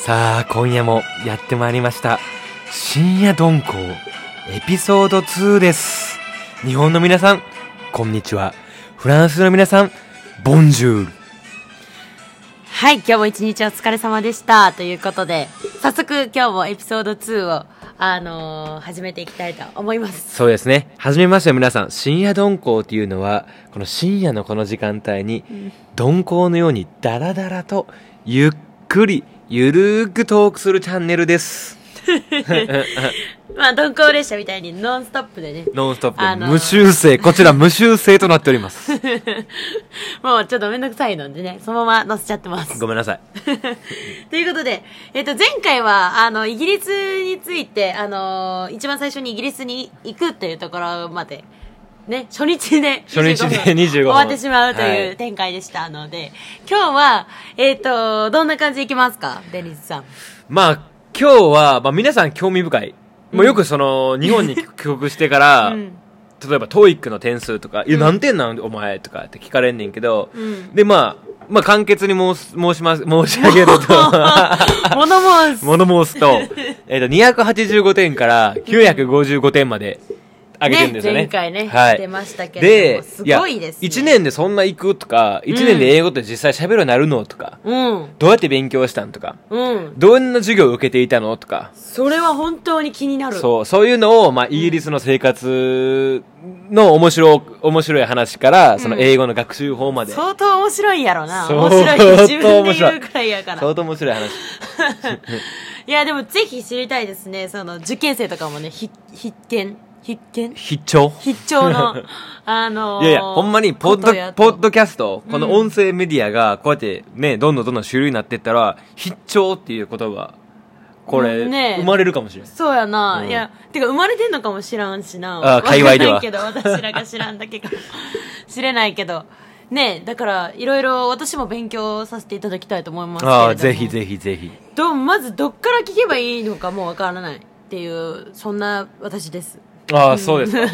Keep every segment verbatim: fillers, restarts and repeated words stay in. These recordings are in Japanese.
さあ今夜もやってまいりました深夜鈍行エピソードツーです。日本の皆さんこんにちは、フランスの皆さんボンジュール。 はい、今日も一日お疲れ様でしたということで、早速今日もエピソードツーをあのー、始めていきたいと思います。 そうですね、はじめまして皆さん。深夜鈍行っていうのはこの深夜のこの時間帯に、うん、鈍行のようにダラダラとゆっくりゆるーくトークするチャンネルですまあ鈍行列車みたいにノンストップでね、 ノンストップで、あのー、無修正、こちら無修正となっておりますもうちょっとめんどくさいのでね、そのまま載せちゃってます。 ごめんなさいということで、えっと前回はあのイギリスについて、あのー、一番最初にイギリスに行くっていうところまでね、初日で初日でにじゅうごふん終わってしまうという展開でしたので、はい、今日はえっとどんな感じでいきますか、デニズさん。 まあ今日は、まあ、皆さん興味深い、うん、もうよくその日本に帰国してから、うん、例えば トーイック の点数とか、うん、いや何点なんお前とかって聞かれんねんけど、うん、でまあまあ簡潔に申す申します申し上げると物申す物申すと、えっとにひゃくはちじゅうごてんからきゅうひゃくごじゅうごてんまで上げてるんですよね。 ね、前回ね、 はい、 出ましたけれども、すごいですね。 いちねんでそんな行くとか、いちねんで英語って実際喋るようになるのとか、うん、どうやって勉強したんとか、うん、どんな授業を受けていたのとか、 それは本当に気になる。 そう、そういうのを、まあ、イギリスの生活の面白、面白い話から、その英語の学習法まで。 相当面白いやろな。面白い。自分で言うくらいやから。 相当面白い話。 いや、でもぜひ知りたいですね。その、受験生とかもね、ひ必見。必見必聴必聴の、あのー、 いやいや、ほんまに、ポッド、ポッドキャスト、この音声メディアが、こうやってね、どんどんどんどん主流になっていったら、必聴っていう言葉、これ、ね、生まれるかもしれない。 そうやな、うん。いや、てか生まれてんのかもしらんしな。 ああ、界隈では。 わかんないけど、私らが知らんだけかもしれないけど。ね、だから、いろいろ私も勉強させていただきたいと思いますけれども。 ああ、ぜひぜひぜひ。 ど、まずどっから聞けばいいのかもうわからないっていう、そんな私です。 ああ、そうですか。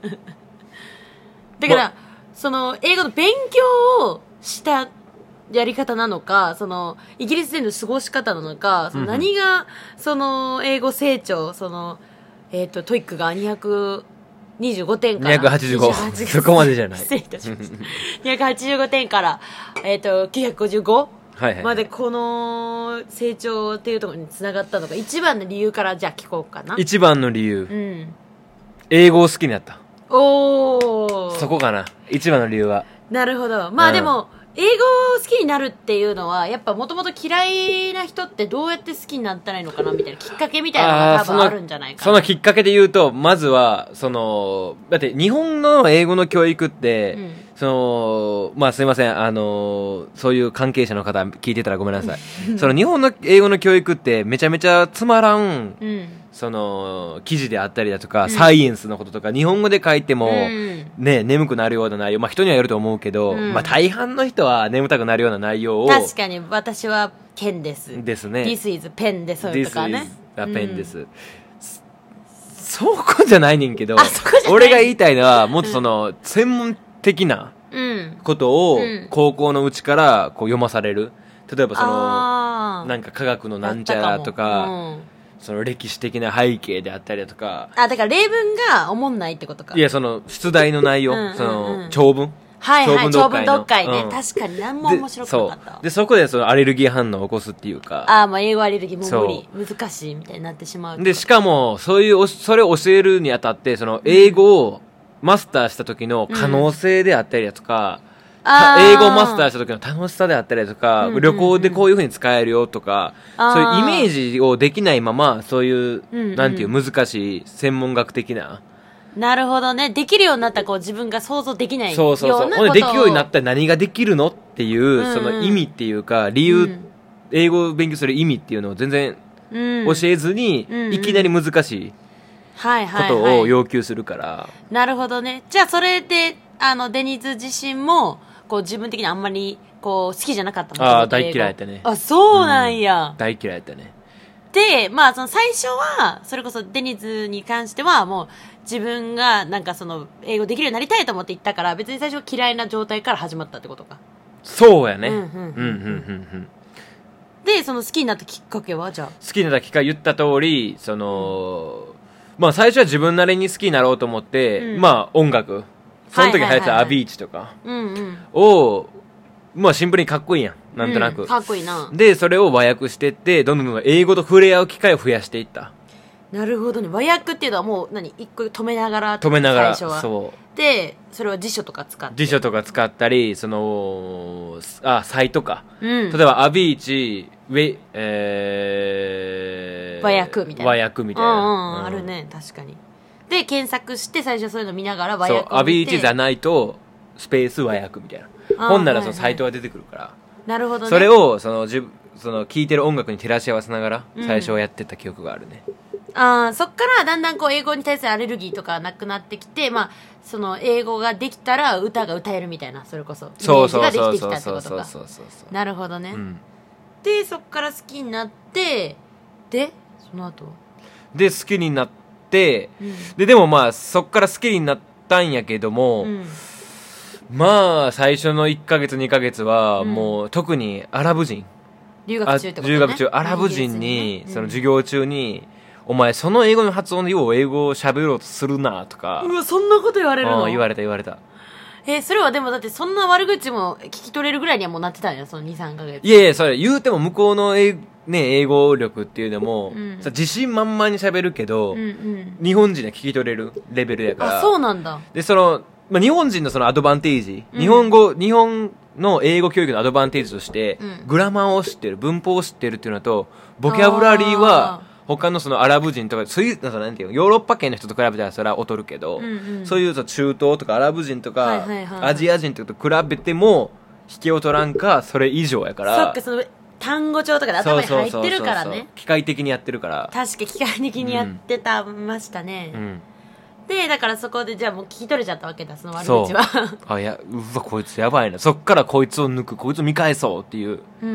だから、その、英語の勉強をしたやり方なのか、その、イギリスでの過ごし方なのか、その何が、その、英語成長、その、えっと、トイックがにひゃくにじゅうごてんから。 にひゃくはちじゅうご。そこまでじゃない。 失礼いたしました。にひゃくはちじゅうごてんから、えっと、きゅうひゃくごじゅうご？はいはい、までこの成長っていうところにつながったのが一番の理由からじゃあ聞こうかな。 一番の理由。うん。英語を好きになった。 おー。 そこかな。一番の理由は。 なるほど。まあでも、うん、英語を好きになるっていうのは、やっぱもともと嫌いな人ってどうやって好きになったらいいのかなみたいなきっかけみたいなのが多分あるんじゃないかな。 そのきっかけで言うと、まずは、その、だって日本の英語の教育って、うん、その、まあすいません、あの、そういう関係者の方聞いてたらごめんなさい。その日本の英語の教育ってめちゃめちゃつまらん、うん、その記事であったりだとか、うん、サイエンスのこととか日本語で書いても、うん、ね、眠くなるような内容、まあ人にはよると思うけど、うん、まあ大半の人は眠たくなるような内容を、 確かに私はペンですですね。 This is pen でそういうとかね。 This is a pen です、うん、そこじゃないねんけど、 そ俺が言いたいのはもっとその、うん、専門的なことを高校のうちからこう読まされる。例えばそのなんか科学のなんちゃらとか、うん、その歴史的な背景であったりだとか。 あ、だから例文がおもんないってことか。 いや、その出題の内容、うんうんうん、その長文、 はいはい、長文読解ね、うん、確かに何も面白くなかった。 で、でそこでそのアレルギー反応を起こすっていうか。 ああ、まあ英語アレルギーも無理、難しいみたいになってしまう。 で、しかもそういうそれを教えるにあたってその英語をマスターした時の可能性であったりだとか、うん、英語をマスターした時の楽しさであったりだとか、うんうんうん、旅行でこういう風に使えるよとか、そういうイメージをできないまま、そういう、うんうん、なんていう難しい専門学的な。 なるほどね。できるようになったらこう自分が想像できないようなことを。 そうそうそう。できるようになったら何ができるのっていう、うんうん、その意味っていうか、理由、うん、英語を勉強する意味っていうのを全然教えずに、うんうん、いきなり難しい。 はいはいことを要求するから、はいはいはい、 なるほどね。じゃあそれであのデニーズ自身もこう自分的にあんまりこう好きじゃなかったもん。 ああ、大嫌いやったね。 あ、そうなんや、 うん、大嫌いやったね。 で、まあその最初はそれこそデニーズに関してはもう自分がなんかその英語できるようになりたいと思って言ったから、別に最初は嫌いな状態から始まったってことか。 そうやね。うんうんうんうんうん。 でその好きになったきっかけはじゃあ好きになったきっかけ言った通りその、うん、まあ最初は自分なりに好きになろうと思って、うん、まあ音楽その時流行ってたアビーチとかを、まあシンプルにかっこいいやんなんとなく、 うん、かっこいいな。 でそれを和訳してってどんどんどんどん英語と触れ合う機会を増やしていった。 なるほどね。和訳っていうのはもう何一個止めながら止めながら最初はそうでそれは辞書とか使って辞書とか使ったりそのあサイトか、 うん、 例えばアビーチウェ、えー、 和訳みたいな和訳みたいな、 うんうんうん、あるね確かに。で検索して最初そういうの見ながら和訳を見てそうアビーチじゃないとスペース和訳みたいな本ならそのサイトが出てくるから、はいはい、 なるほどね。 それをそのじその聴いてる音楽に照らし合わせながら最初はやってた記憶があるね、うんあそっからだんだんこう英語に対するアレルギーとかなくなってきて、まあ、その英語ができたら歌が歌えるみたいなそれこそイメージができてきたってことか。なるほどね、うん、でそっから好きになってでその後で好きになって、うん、ででもまあそっから好きになったんやけども、うん、まあ最初のいっかげつにかげつはもう特にアラブ人留学中ってことね。 留学中アラブ人に、ね、その授業中にお前その英語の発音でよう英語を喋ろうとするなとか。 うわそんなこと言われるの。 言われた言われた。 えー、それはでもだってそんな悪口も聞き取れるぐらいにはもうなってたんやそのにさんかげつ。 いやいやそれ言うても向こうの英,、ね、英語力っていうのも、うん、自信満々に喋るけど、うんうん、日本人は聞き取れるレベルやから。 あそうなんだ。 でその、まあ、日本人のそのアドバンテージ、うん、日本語日本の英語教育のアドバンテージとして、うん、グラマーを知ってる文法を知ってるっていうのとボキャブラリーは他のそのアラブ人とかそういうなんていうのヨーロッパ圏の人と比べたらそれは劣るけど、うんうん、そういう中東とかアラブ人とか、はいはいはいはい、アジア人とかと比べても引けを取らんかそれ以上やから。 そっかその単語帳とかで頭に入ってるからね。そうそうそうそう機械的にやってるから。 確か機械的にやってたましたね、うん、でだからそこでじゃあもう聞き取れちゃったわけだその悪口は。 あいやうわこいつやばいなそっからこいつを抜くこいつを見返そうっていう、うんうん、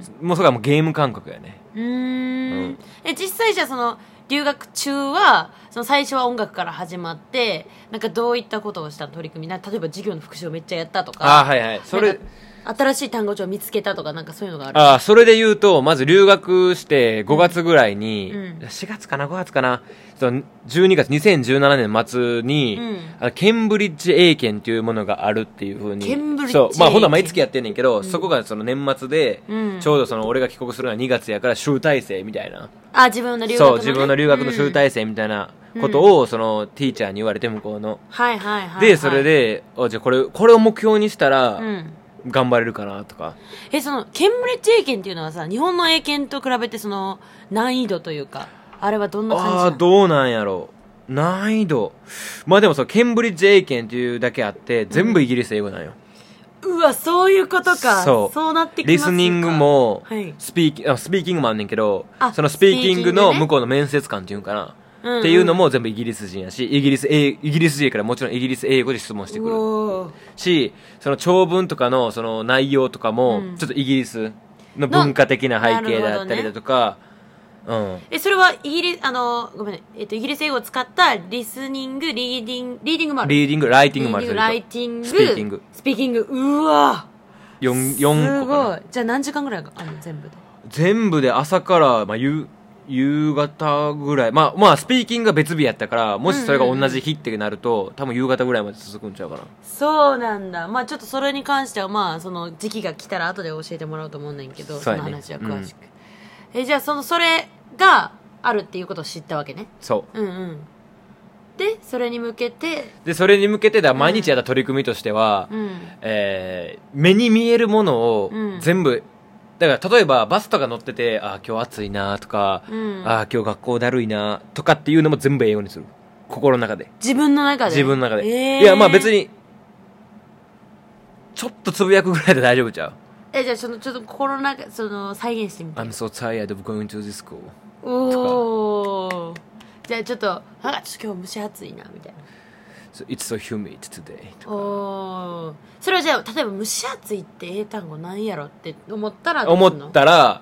もうそれはもうゲーム感覚やね。 うーん、うん、え実際じゃあその留学中はその最初は音楽から始まってなんかどういったことをしたの取り組みな例えば授業の復習をめっちゃやったとか。 あはいはいそれ新しい単語帳を見つけたとかなんかそういうのがある。 あそれで言うとまず留学してごがつぐらいに、うん、しがつかなごがつかなそのじゅうにがつにせんじゅうななねん末に、うん、あケンブリッジ英検というものがあるっていう風にケンブリッジ英検そうまあほんとは毎月やってんねんけど、うん、そこがその年末で、うん、ちょうどその俺が帰国するのはにがつやから集大成みたいなあ自分の留学の、ね、 そう自分の留学の集大成みたいなことを、うん、そのティーチャーに言われて向こうのはいはいはい、はい、 でそれでおじゃあこれこれを目標にしたら、うん頑張れるかなとか。 えそのケンブリッジ英検っていうのはさ日本の英検と比べてその難易度というかあれはどんな感じなの。 ああどうなんやろう難易度まあでもそのケンブリッジ英検っていうだけあって全部イギリス英語なんよ、 うん、うわそういうことか。そうそうなってきますか。 リスニングも、はい、スピーキあスピーキングもあんねんけどそのスピーキングの向こうの面接官っていうんかなうんうん、っていうのも全部イギリス人やしイギリス英イギリス人やからもちろんイギリス英語で質問してくるしその長文とかのその内容とかもちょっとイギリスの文化的な背景だったりだとか、ねうん、 えそれはイギリスあのごめんね、えっと、イギリス英語を使ったリスニングリーディングリーディングもあるリーディングライティングもあるライティングスピーキングスピーキングうわ 4, 4個かな。 すごいじゃあ何時間ぐらいあるの全部で全部で朝から、まあ、夕夕方ぐらいまあまあスピーキングが別日やったからもしそれが同じ日ってなると、うんうんうん、多分夕方ぐらいまで続くんちゃうかな。 そうなんだ。まあちょっとそれに関してはまあその時期が来たら後で教えてもらおうと思うんだけど そ,、ね、その話は詳しく、うん、えじゃあそのそれがあるっていうことを知ったわけね。 そううんうんでそれに向けてでそれに向けてだ毎日やった取り組みとしては、うんえー、目に見えるものを全部、うんだから例えばバスとか乗っててあ今日暑いなとか、うん、あ今日学校だるいなとかっていうのも全部英語にする心の中で自分の中で自分の中で、 えー、 いやまあ別にちょっとつぶやくぐらいで大丈夫ちゃうえじゃあそのちょっと心の中その再現してみて I'm so tired of going to this school おーじゃあちょっとあちょっと今日蒸し暑いなみたいな So it's so humid today とかおそれはじゃあ例えば蒸し暑いって英単語なんやろって思ったら思ったら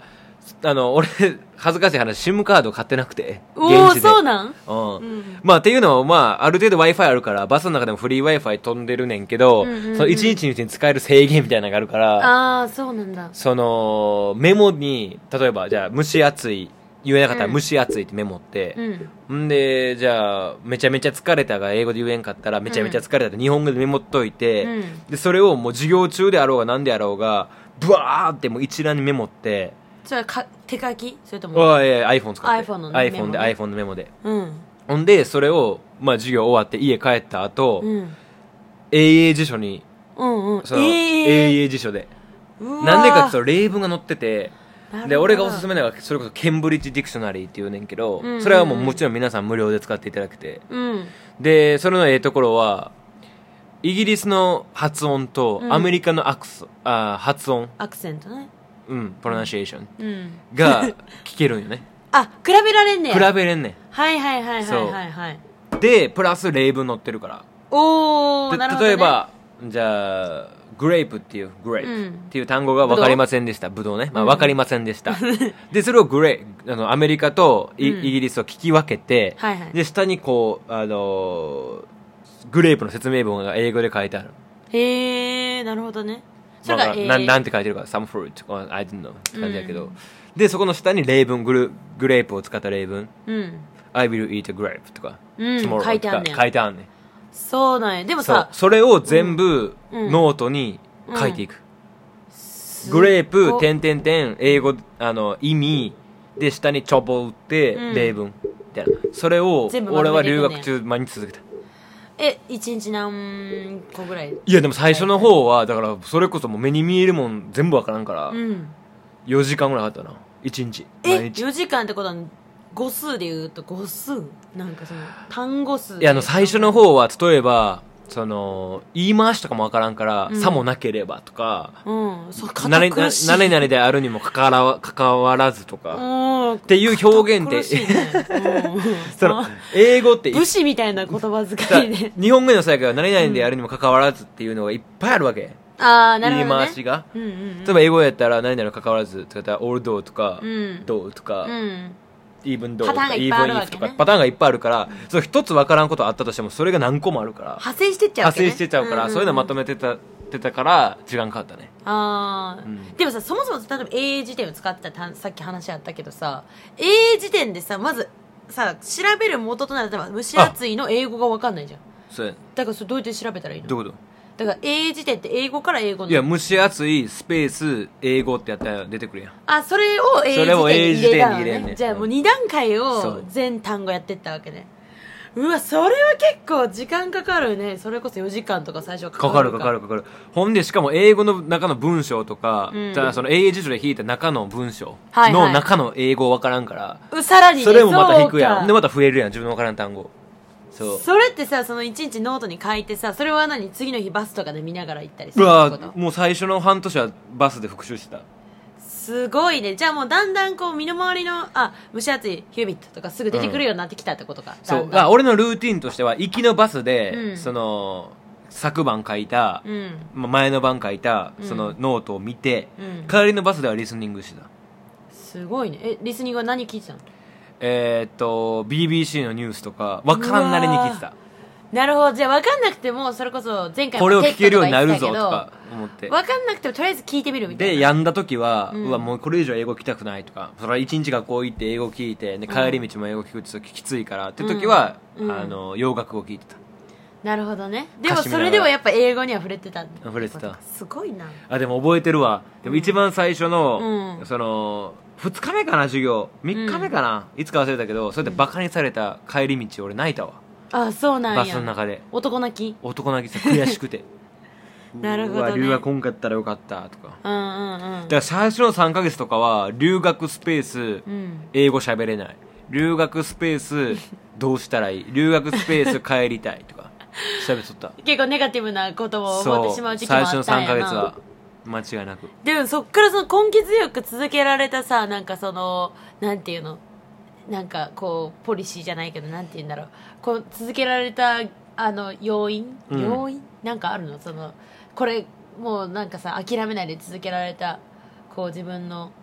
あの俺恥ずかしい話 SIM カード買ってなくておお現地でそうなん、 うん、 うん、 まあっていうのはまあある程度 Wi-Fi あるからバスの中でもフリー Wi-Fi 飛んでるねんけど、うんうんうん、そのいちにちのうちに使える制限みたいなのがあるからああそうなんだそのメモに例えばじゃあ蒸し暑い言えなかったら蒸し暑いってメモって、うん、んでじゃあめちゃめちゃ疲れたが英語で言えんかったらめちゃめちゃ疲れたって日本語でメモっといて、うん、でそれをもう授業中であろうが何であろうがブワーってもう一覧にメモってそれはか手書きそれともあいや iPhone 使って iPhone の、ね、 iPhone で iPhone のメモで、 うん、 ほんでそれを、まあ、授業終わって家帰った後、うん、エーエー 辞書に、 うんうん、 その エーエー 辞書でなんでかって言うと例文が載っててで俺がおすすめなのがそれこそケンブリッジディクショナリーっていうねんけど、うんうんうん、それはもうもちろん皆さん無料で使っていただけて、うん、でそれのええところはイギリスの発音とアメリカのアクス、うん、あ発音アクセントねうんプロナンシエーション、うん、が聞けるんよねあ比べられんねん比べれんねんはいはいはいはいはいはいでプラス例文載ってるからおーなるほど、ね、 例えばじゃあグレープっていうグレープっていう単語が分かりませんでしたブドウね、まあ、分かりませんでした、うん、でそれをグレーあのアメリカとイ,、うん、イギリスを聞き分けて、はいはい、で下にこうあのー、グレープの説明文が英語で書いてあるへえなるほどねそれが、まあ、な, なんて書いてるか some fruit I don't know って感じだけど、うん、でそこの下に例文グルグレープを使った例文、うん、I will eat a grape とか、 うん、tomorrow 書いてあんねん書いてあんねんそうなんやでもさそ, それを全部ノートに書いていく、うんうん、グレープ点点点英語あの意味で下にチョボ打って、うん、例文みたいなそれを俺は留学中毎日続けたえ一日何個ぐらいいやでも最初の方はだからそれこそもう目に見えるもん全部わからんから、うん、よじかんぐらいあったないちにちえよじかんってことは語数で言うと語数なんかその単語数いやあの最初の方は例えばその言い回しとかもわからんから、うん、さもなければとか、うん、そう何々であるにもかかわら関わらずとかっていう表現って、ねうん、その英語って武士みたいな言葉遣いで日本語の最後は何々であるにもかかわらずっていうのがいっぱいあるわけ、 あーなるほど、ね、 言い回しが、うんうんうん、例えば英語やったら何々のかかわらずとかったら although とか、うん、though とか、うんeven though とか even if とかパターンがいっぱいあるから、うん、そ一つ分からんことあったとしてもそれが何個もあるから派生してっちゃうわけ、ね、 派生してっちゃうから、うんうんうん、そういうのまとめてたてたから時間かかったねあ、うん、でもさそもそも例えば エーエー 辞典を使ってたさっき話あったけどさ エーエー 辞典でさまずさ調べる元となる例えば蒸し暑いの英語が分かんないじゃんそうだからそれどうやって調べたらいいのどういうことだから エーエー 辞典って英語から英語のいや蒸し暑いスペース英語ってやったら出てくるやんあそれを エーエー 辞典に入れたのねじゃあもうに段階を全単語やってったわけねうわそれは結構時間かかるねそれこそよじかんとか最初かかるかかるかかるほんでしかも英語の中の文章とか、うん、じゃあその エーエー 辞書で引いた中の文章の中の英語分からんから、 はいはい、さらに、ね、 それもまた引くやんでまた増えるやん自分の分からん単語そうそれってさそのいちにちノートに書いてさそれは何次の日バスとかで見ながら行ったりするってこともう最初の半年はバスで復習してたすごいねじゃあもうだんだんこう身の回りのあ蒸し暑いヒュービットとかすぐ出てくるようになってきたってことか、うん、 そうあ俺のルーティンとしては行きのバスで、うん、その昨晩書いた、うん、前の晩書いたそのノートを見て、うん、帰りのバスではリスニングしてたすごいねえリスニングは何聞いてたのえー、っと ビービーシー のニュースとか分からんなりに聞いてたなるほどじゃあ分かんなくてもそれこそ前回もこれを聞けるようになるぞとか思って分かんなくてもとりあえず聞いてみるみたいなで病んだ時は、うん、うわもうこれ以上英語聞きたくないとかそれは一日学校行って英語聞いて、ね、帰り道も英語聞くときついからって時は、うん、あの洋楽を聞いてたなるほどねでもそれでもやっぱ英語には触れてたんだ触れてたすごいなあでも覚えてるわでも一番最初の、うん、そのふつかめかな授業みっかめかな、うん、いつか忘れたけどそれでバカにされた帰り道俺泣いたわあそうなんやバスの中で男泣き男泣きさ悔しくてなるほど、ね、うわ留学来んかったらよかったとか、 うんうんうん、 だから最初のさんかげつとかは留学スペース、うん、英語喋れない留学スペースどうしたらいい留学スペース帰りたいとか喋っとった結構ネガティブなことを思ってしまう時期もあったんやな最初のさんかげつは間違いなくでもそっからその根気強く続けられたさなんかそのなんていうのなんかこうポリシーじゃないけどなんて言うんだろうこう続けられたあの要因、うん、要因なんかあるのそのこれもうなんかさ諦めないで続けられたこう自分の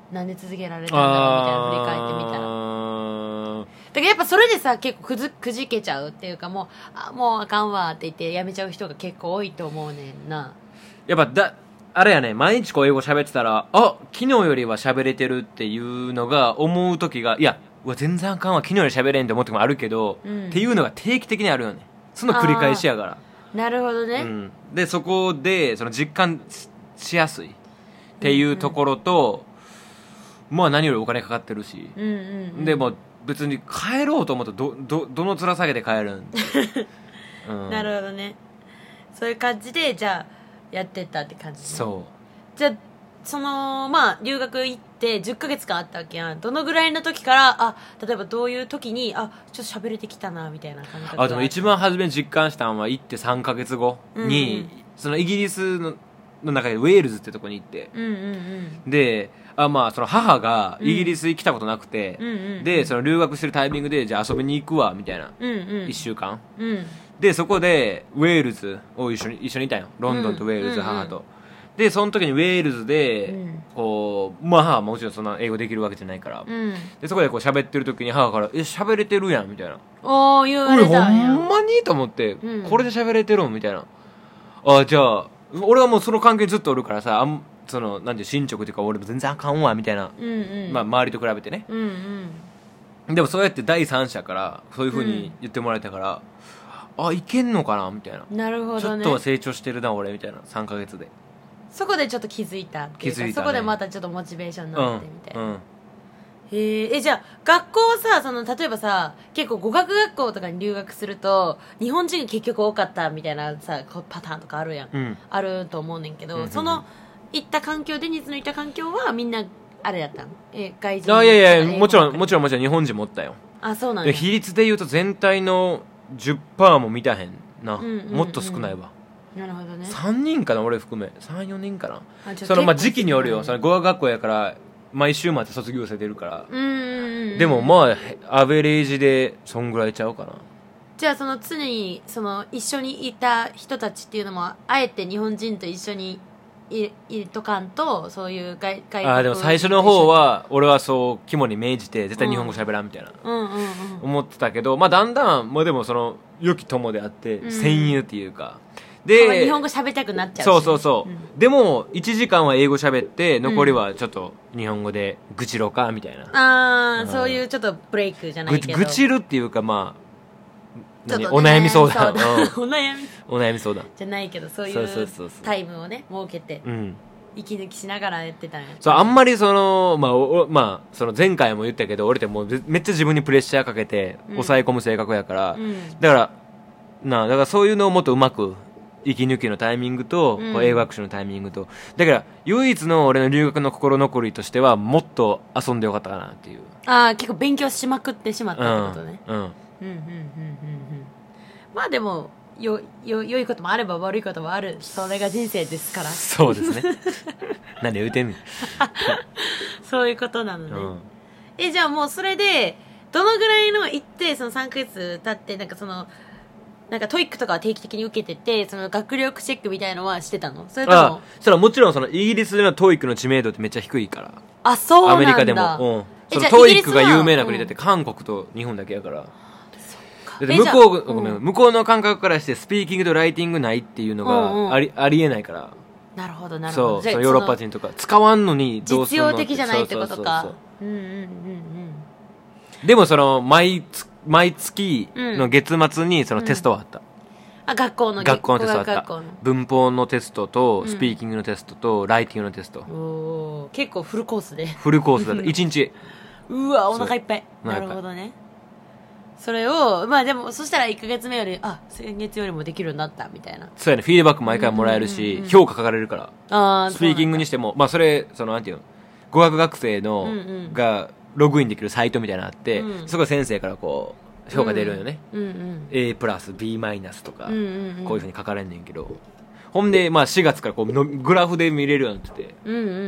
なんで続けられたんだろうみたいな振り返ってみたら。だからやっぱそれでさ、結構くずくじけちゃうっていうか、もうあもうあかんわって言ってやめちゃう人が結構多いと思うねんな。 やっぱだあれやね、毎日こう英語喋ってたら、あ、昨日よりは喋れてるっていうのが思う時が、いや、うわ全然あかんわ、昨日より喋れんって思う時もあるけど、うん、っていうのが定期的にあるよね。その繰り返しやから。 なるほどね、 うん、でそこでその実感しやすいっていうところと、うんうん、まあ何よりお金かかってるし、 うんうんうん、 でも別に帰ろうと思うとどどどの面下げて帰るん、 うん、なるほどね。そういう感じでじゃあやってったって感じ、ね、 そうじゃあそのまあ留学行ってじゅっかげつかんあったわけやん。どのぐらいの時からあ例えばどういう時にあちょっと喋れてきたなみたいな感覚があでも一番初めに実感したのは行ってさんかげつごに、うんうん、そのイギリス の, の中でウェールズってとこに行って、 うんうんうん、 であまあその母がイギリス行きたことなくて、うんうんうん、でその留学してるタイミングでじゃあ遊びに行くわみたいな、うんうん、いっしゅうかん、 うん、 でそこでウェールズを一緒に一緒にいたよ。ロンドンとウェールズ、うん、母と、うんうん、でその時にウェールズで、うん、こうまあ母はもちろんそんな英語できるわけじゃないから、うん、でそこでこう喋ってる時に母からえ喋れてるやんみたいな。 おー言われたんや。 ほんまにと思って、うん、これで喋れてるみたいな。あじゃあ俺はもうその関係にずっとおるからさ、あんそのなんていう進捗っていうか俺も全然あかんわみたいな、 うんうん、 まあ周りと比べてね、 うんうん、 でもそうやって第三者からそういう風に言ってもらえたから、うん、あいけんのかなみたいな。 なるほどね。 ちょっとは成長してるな俺みたいな。さんかげつでそこでちょっと気づいたっていうか、気づいた、ね、そこでまたちょっとモチベーションになってみたいな、うんうん、へえ。じゃあ学校はさその例えばさ結構語学学校とかに留学すると日本人が結局多かったみたいなさパターンとかあるやん、 うん、 あると思うねんけど、 うんうんうん、 その行った環境デニーズの行った環境はみんなあれだったのえ外人。 あいやいやもちろんもちろんもちろん日本人もおったよ。 あそうなんや。 比率で言うと全体の じゅっパーセント も満たへんな、うんうんうん、もっと少ないわ。 なるほどね。 さんにんかな俺含め さん,よ 人かな。そのまあ時期によるよ。その語学学校やから毎週末卒業生出るから、 うんうんうん、 でもまあアベレージでそんぐらいちゃうかな。 じゃあその常にその一緒にいた人たちっていうのもあえて日本人と一緒にいいとかんとそういう外外国。 あでも最初の方は俺はそう肝に銘じて絶対日本語喋らんみたいな、 うんうんうんうん、 思ってたけど、まあだんだんもうでもその良き友であって、うん、戦友っていうかで日本語喋りたくなっちゃうし、 そうそうそう、うん、でもいちじかんは英語喋って残りはちょっと日本語で愚痴ろかみたいな、 ああ、うん、そういうちょっとブレイクじゃないけど愚痴るっていうかまあ何、ね、お悩み相談、うん、 お悩みお悩み相談じゃないけどそういうタイムをね設けて、 うん、 息抜きしながらやってたんや。 そうあんまりそのまあお、まあ、その前回も言ったけど俺ってもうめっちゃ自分にプレッシャーかけて抑え込む性格やから、うん、だからなだからそういうのをもっとうまく息抜きのタイミングと、うん、こう英語学習のタイミングとだから唯一の俺の留学の心残りとしてはもっと遊んでよかったかなっていう。 ああ結構勉強しまくってしまったってことね。 うんうんうんうんうんうんまあでもよよ良いこともあれば悪いこともある。それが人生ですから。 そうですね何で言うてんねんそういうことなのね、 うん、 えじゃあもうそれでどのぐらいの行ってそのさんかげつ経ってなんかそのなんかトイックとかは定期的に受けててその学力チェックみたいのはしてたの？それともあそれはもちろんそのイギリスでのトイックの知名度ってめっちゃ低いから。 あそうなんだ。 アメリカでも、うん、そのトイックが有名な国だって韓国と日本だけやから、うん、だって向こう、ごめん、向こうの感覚からしてスピーキングとライティングないっていうのがあり、うんうん、ありえないから。 なるほどなるほど。 そうそのヨーロッパ人とか使わんのにどうするの実用的じゃないってことか。 そうそうそうそう、 うんうんうんうん、 でもその毎月毎月の月末にそのテストはあった、うんうん、あ学校の学校のテストはあった。文法のテストとスピーキングのテストとライティングのテスト、 うん、お結構フルコースでフルコースだったいちにちうわお腹いっぱい。なるほどね。それをまあでもそしたらいっかげつめよりあ先月よりもできるようになったみたいな。 そうやねフィードバック毎回もらえるし、うんうんうん、評価書かれるからあスピーキングにしてもまあそれそのなんていうの語学学生の、うんうん、がログインできるサイトみたいなのがあって、うん、そこ先生からこう評価出るよね、 うんうん、 A プラス B マイナスとか、 うんうんうん、 こういうふうに書かれんねんけどほんでまあしがつからこうのグラフで見れるようになってて、 うんうんうんうんうん、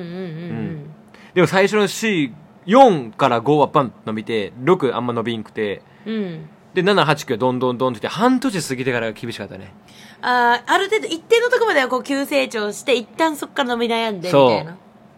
でも最初の シーよん からごはパンと伸びてろくあんま伸びんくて、 うん、 でななはちきゅうはどんどんどんってって半年過ぎてからが厳しかったね。 あある程度一定のところまではこう急成長して一旦そこから伸び悩んでみたいな。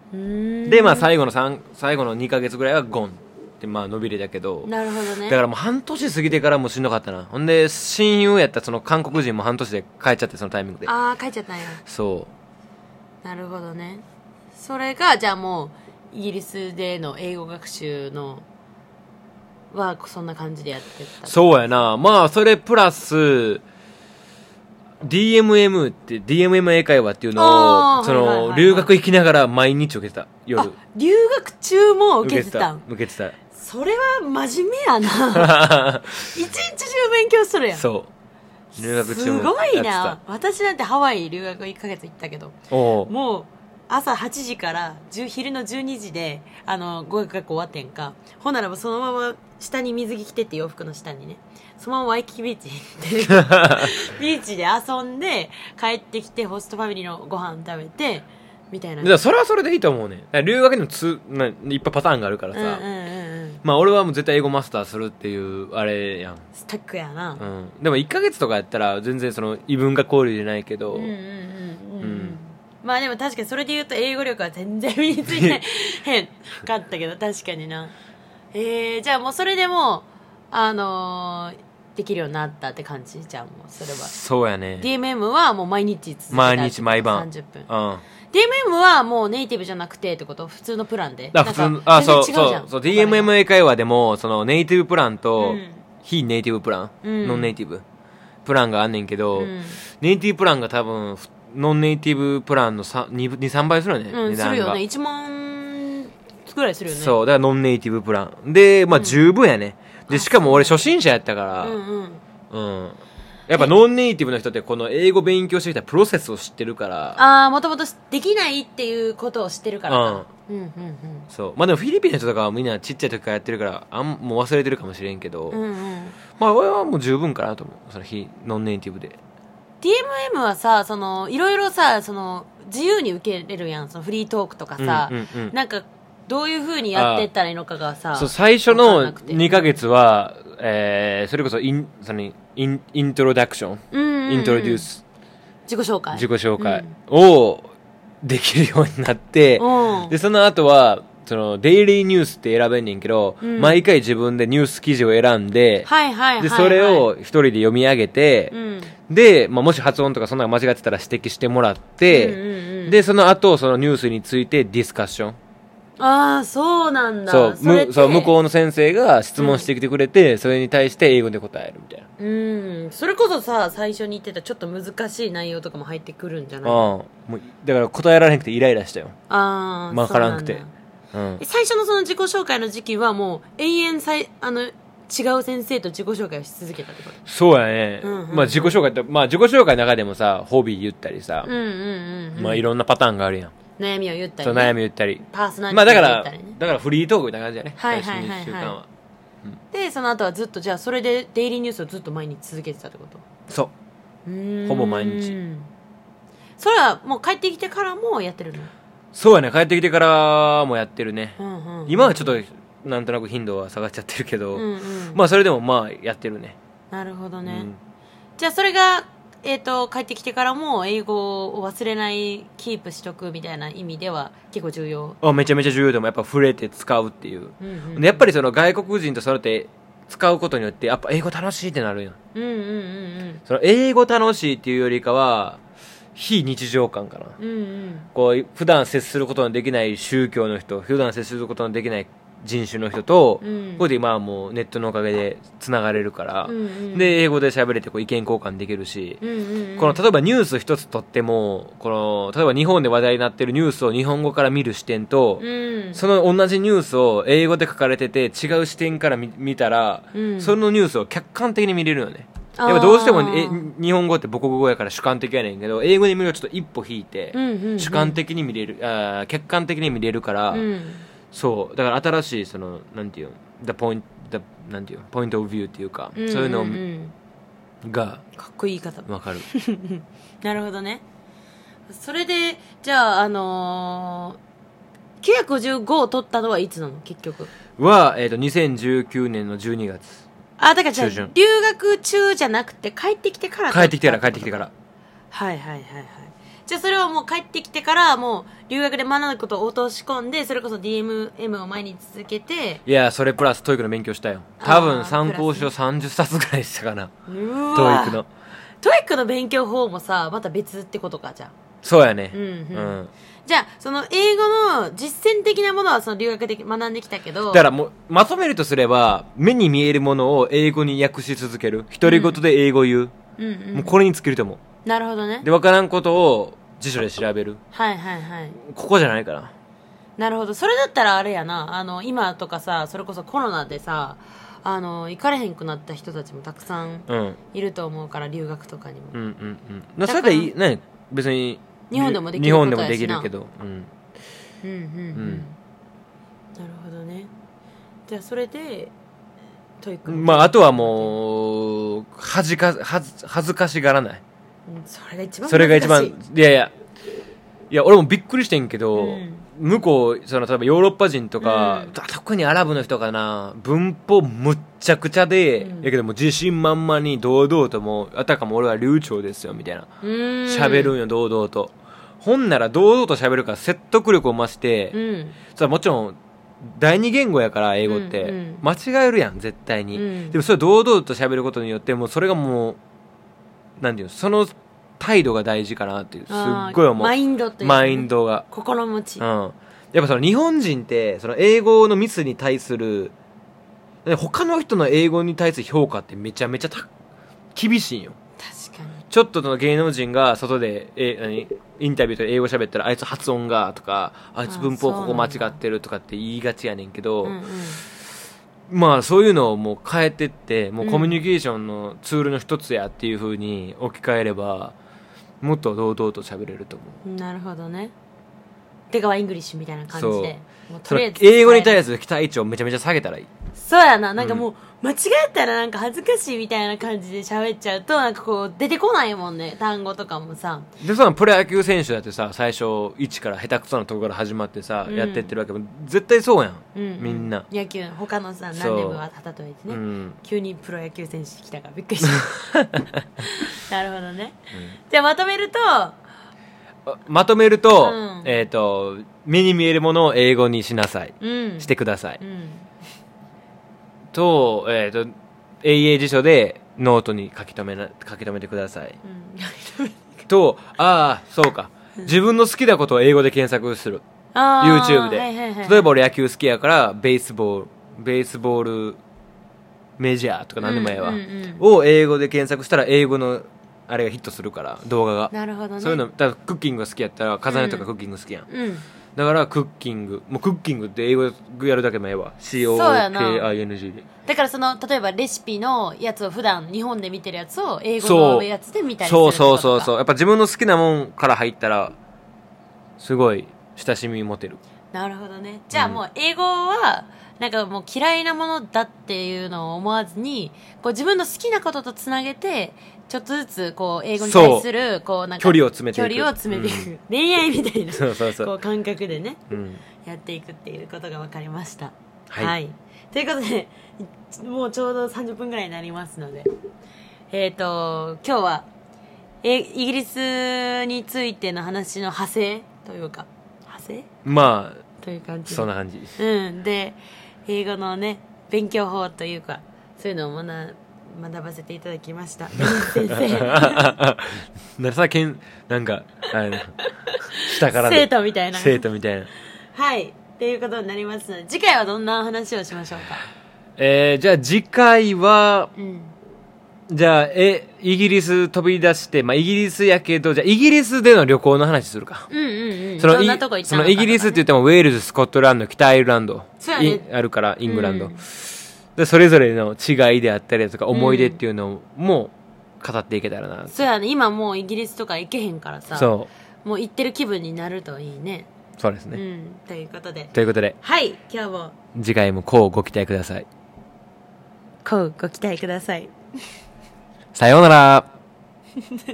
うーんでまあ最後の三最後のにかげつぐらいはゴンってまあ伸びれたけど、 なるほどね。 だからもう半年過ぎてからもうしんどかったな。ほんで親友やったその韓国人も半年で帰っちゃって、そのタイミングで。 ああ帰っちゃったんや。 そうなるほどね。それがじゃあもうイギリスでの英語学習のはそんな感じでやってた。 そうやな。まあそれプラス ディーエムエム って ディーエムエム 英会話っていうのをそあーはいはいはいはいの留学行きながら毎日受けてた。夜あ留学中も受けてたん。 受けてた。 それは真面目やな。一日中勉強するやん。 そう留学中すもごいやな。 って私なんてハワイ留学いっかげつ行ったけど、 た。おうもう朝はちじからじゅう昼のじゅうにじであの語学学校終わってんか。ほんならばそのまま下に水着着てって洋服の下にね、そのままワイキキビーチに行ってビーチで遊んで帰ってきてホストファミリーのご飯食べてみたいな。 だからそれはそれでいいと思うね。だから留学にもつないっぱいパターンがあるからさ、 うんうんうんうんまあ俺はもう絶対英語マスターするっていうあれやん、 スタックやな。 うん、でもいっかげつとかやったら全然その異文化交流じゃないけど、 うんうんうんうん、 ううんん、まあでも確かにそれで言うと英語力は全然身についてへんかったけど確かにな。えー、じゃあもうそれでもうあのー、できるようになったって感じじゃん。もうそれはそうやね。 ディーエムエム はもう毎日続けた毎日毎晩さんじゅっぷん。 うん、 ディーエムエム はもうネイティブじゃなくてってこと？普通のプランでだから普通なんのあそうか全然違うじゃそうんそう ディーエムエム 英会話でもそのネイティブプランとうん非ネイティブプラン、 うんノンネイティブプランがあんねんけど、 うんネイティブプランが多分ノンネイティブプランのに、さんばいするよね、 うん、 値段がするよね。いちまんぐらいするよね。 そうだからノンネイティブプランでまあ十分やね、でしかも俺初心者やったから、 うんうん。 うん、やっぱノンネイティブの人ってこの英語勉強してきたプロセスを知ってるからああ、もともとできないっていうことを知ってるからか。うんうんそうまあでもフィリピンの人とかはみんなちっちゃい時からやってるからあんもう忘れてるかもしれんけど、 うん。うんうん。 まあ俺はもう十分かなと思う、その非ノンネイティブで。 ディーエムエム はさ、その、いろいろさ、その、自由に受けれるやん。そのフリートークとかさ、 うんうんうんなんか、どういう風にやってったらいいのかがさ、 そう最初わかんのなくてにかげつは、えー、それこそインそのインイントロダクション、 うんうんうんイントロデュース自己紹介。 自己紹介をできるようになって、 うん。 でその後はそのデイリーニュースって選べんねんけど、 うん毎回自分でニュース記事を選んで、 はいはいはい、はい。 でそれを一人で読み上げて、 うん。 で、まあ、もし発音とかそんなの間違ってたら指摘してもらって、 うんうんうん、 でその後そのニュースについてディスカッション、 ああ、そうなんだ。 そうそれってむそう向こうの先生が質問してきてくれて、それに対して英語で答えるみたいな。 うん。それこそさ、最初に言ってたちょっと難しい内容とかも入ってくるんじゃない？ うん、もうだから答えられなくてイライラしたよ。 ああ、 わからんくてそうなんだ。 うんえ最初のその自己紹介の時期はもう永遠さいあの違う先生と自己紹介をし続けたってこと？ そうやね、 うんうんうんまあ自己紹介って、まあ自己紹介の中でもさホビー言ったりさ、 うんうんうん、うん、 まあいろんなパターンがあるやん、 悩みを言ったり、 そうね、 悩み言ったり、 パーソナリまあだからティを言ったりね、 だからフリートークみたいな感じだね、 はいはいはいはい最初のいっしゅうかんは。 でその後はずっとじゃあそれでデイリーニュースをずっと毎日続けてたってこと？ そううーんほぼ毎日。 それはもう帰ってきてからもやってるの？ そうやね、帰ってきてからもやってるね、 うんうん、 今はちょっとなんとなく頻度は下がっちゃってるけど、 うんうん、 まあそれでもまあやってるね。 なるほどね、 うんじゃあそれがえー、と帰ってきてからも英語を忘れないキープしとくみたいな意味では結構重要？ あめちゃめちゃ重要でもやっぱ触れて使うっていう、 うんうんでやっぱりその外国人とそれって使うことによってやっぱ英語楽しいってなるよ。 うんうんうんその英語楽しいっていうよりかは非日常感かな、 うんうんうんこう普段接することのできない宗教の人、普段接することのできない人種の人と、 うんここで今はもうネットのおかげでつながれるから、 うんうんで英語で喋れてこう意見交換できるし、 うんうんうんこの例えばニュース一つとってもこの例えば日本で話題になってるニュースを日本語から見る視点と、 うんその同じニュースを英語で書かれてて違う視点から見見たら、 うんそのニュースを客観的に見れるよね。 あーやっぱどうしてもえ日本語って母国語やから主観的やねんけど、英語で見るとちょっと一歩引いて、 うんうんうん主観的に見れるあー客観的に見れるから、 うんそうだから新しいそのなんていうの the point the なんていうのポイントオブビューっていうか、 うんそういうのんんがかっこいい言い方わかる。 なるほどね。それでじゃああのー、きゅうひゃくごじゅうごを取ったのはいつなの結局？ は、えー、とにせんじゅうきゅうねんのじゅうにがつ。 あだからじゃあ中旬留学中じゃなくて帰ってきてから帰ってきてから帰ってきてかららはいはいはいはい。 じゃあそれをもう帰ってきてからもう留学で学ぶことを落とし込んで、それこそ ディーエムエム を毎日続けて。 いや、それプラストイックの勉強したよ。多分参考書さんじゅっさつぐらいしたかな。 うトイわックの。 トイックの勉強法もさ、また別ってことか、じゃあ。 そうやね。 うんうん。 うんじゃあ、その英語の実践的なものはその留学で学んできたけど。 だからもう、まとめるとすれば、目に見えるものを英語に訳し続ける。独り言で英語言う。 うんうん。 もうこれに尽きると思う。 なるほどね。 で、わからんことを辞書で調べる。 はいはいはい。 ここじゃないかな。 なるほど。それだったらあれやな。あの、今とかさ、それこそコロナでさ、あの、行かれへんくなった人たちもたくさんうん。 いると思うから、留学とかにも。 うんうんうん。なそれでいい、ね、別に。 日本でもできる日本でもことやしなできるけど。うん。 うんうんうん。 んなるほどね。じゃあ、それで、トイック。 まあ、あとはもう、恥か、恥ず恥ずかしがらない。 うん、それが一番難しい。 それが一番、いやいや、いや、俺もびっくりしてんけど、 うん向こう、その、例えばヨーロッパ人とか、 うん特にアラブの人かな、文法むっちゃくちゃで、 うんやけどもう自信満々に堂々ともう、あたかも俺は流暢ですよ、みたいな。 うーん。 喋るんよ、堂々と。ほんなら堂々と喋るから説得力を増して、 うん。 それはもちろん、第二言語やから、英語って。 うんうん間違えるやん、絶対に。 うんでもそれ堂々と喋ることによって、もうそれがもう、なんていうの、その態度が大事かなっていう、すっごい思う。 マインドというかねマインドが。 心持ち。 うん。やっぱその日本人って、その英語のミスに対する、他の人の英語に対する評価ってめちゃめちゃた厳しいんよ。 確かに。 ちょっとの芸能人が外で、え、何インタビューで英語喋ったら、あいつ発音が、とか、あいつ文法ここ間違ってるとかって言いがちやねんけど、 うんうん。 まあそういうのをもう変えてって、もうコミュニケーションのツールの一つやっていう風に置き換えれば、もっと堂々と喋れると思う。 なるほどね。出川イングリッシュみたいな感じそうで。もうとそのりあえず英語に対する期待値をめちゃめちゃ下げたらいい。 そうやな。なんかもう、間違えたらなんか恥ずかしいみたいな感じで喋っちゃうと、なんかこう、出てこないもんね。単語とかもさ。 で、そのプロ野球選手だってさ、最初、一から下手くそなとこから始まってさ、 うんやってってるわけも、絶対そうやん。 うんうんみんな。 野球、他のさ、 そう何年もは例えてね。 うん。 急にプロ野球選手来たからびっくりした。なるほどね。じゃあまとめると、 まとめると、 うんえっ、と、目に見えるものを英語にしなさい。 うん。 してください。 うん。 と、えっ、と、エーエー 辞書でノートに書き留めな、書き留めてください。 うん。 と、ああ、そうか。自分の好きなことを英語で検索する。 あー YouTube で。 はいはいはい例えば俺野球好きやから、ベースボール、ベースボールメジャーとか何でもええわ。 うんうんうんを英語で検索したら英語のあれがヒットするから、動画が。 なるほどね。 そういうの、だからクッキングが好きやったら、風音とかクッキング好きやん。 うん。 だからクッキング、もうクッキングって英語でやるだけでもええわ。シーオそうやーなケーアイエヌジー で。 だからその、例えばレシピのやつを普段日本で見てるやつを英語そうのやつで見たりするそうそうそうう。 そう。やっぱ自分の好きなもんから入ったら、すごい親しみ持てる。 なるほどね。じゃあもう英語は、なんかもう嫌いなものだっていうのを思わずに、こう自分の好きなこととつなげて、ちょっとずつこう英語に対する、こうなんか距離を詰めていく距離を詰めていく。恋愛みたいな、 そうそうそうこう感覚でね、 うん。 やっていくっていうことが分かりました。 はいということで、もうちょうどさんじゅっぷんぐらいになりますので、えっ、と、今日は、え、イギリスについての話の派生というか、派生まという感あ、 じそんな感じ。 うん。で、英語のね、勉強法というか、そういうのを学学ばせていただきました。先生。 なさけん、なんか、あれ下からで。 生徒みたいな。 生徒みたいな。 はい。っていうことになりますので、次回はどんな話をしましょうか。 えー、じゃあ次回は、 うん。 じゃあ、え、イギリス飛び出して、まあ、イギリスやけど、じゃあ、イギリスでの旅行の話するか。 うんうんうん。 その、 どんいなとこ行ったそのイギリスって言っても、ウェールズ、スコットランド、北アイルランド、 そうやねいあるから、イングランド、 うんで。それぞれの違いであったりだとか、思い出っていうのも語っていけたらな。 そうやね。今もうイギリスとか行けへんからさ。 そもう行ってる気分になるといいね。 う。そうですね。 うん。ということで。 ということで、 はい。今日も、 次回もこうご期待ください。 こうご期待ください。 さようなら。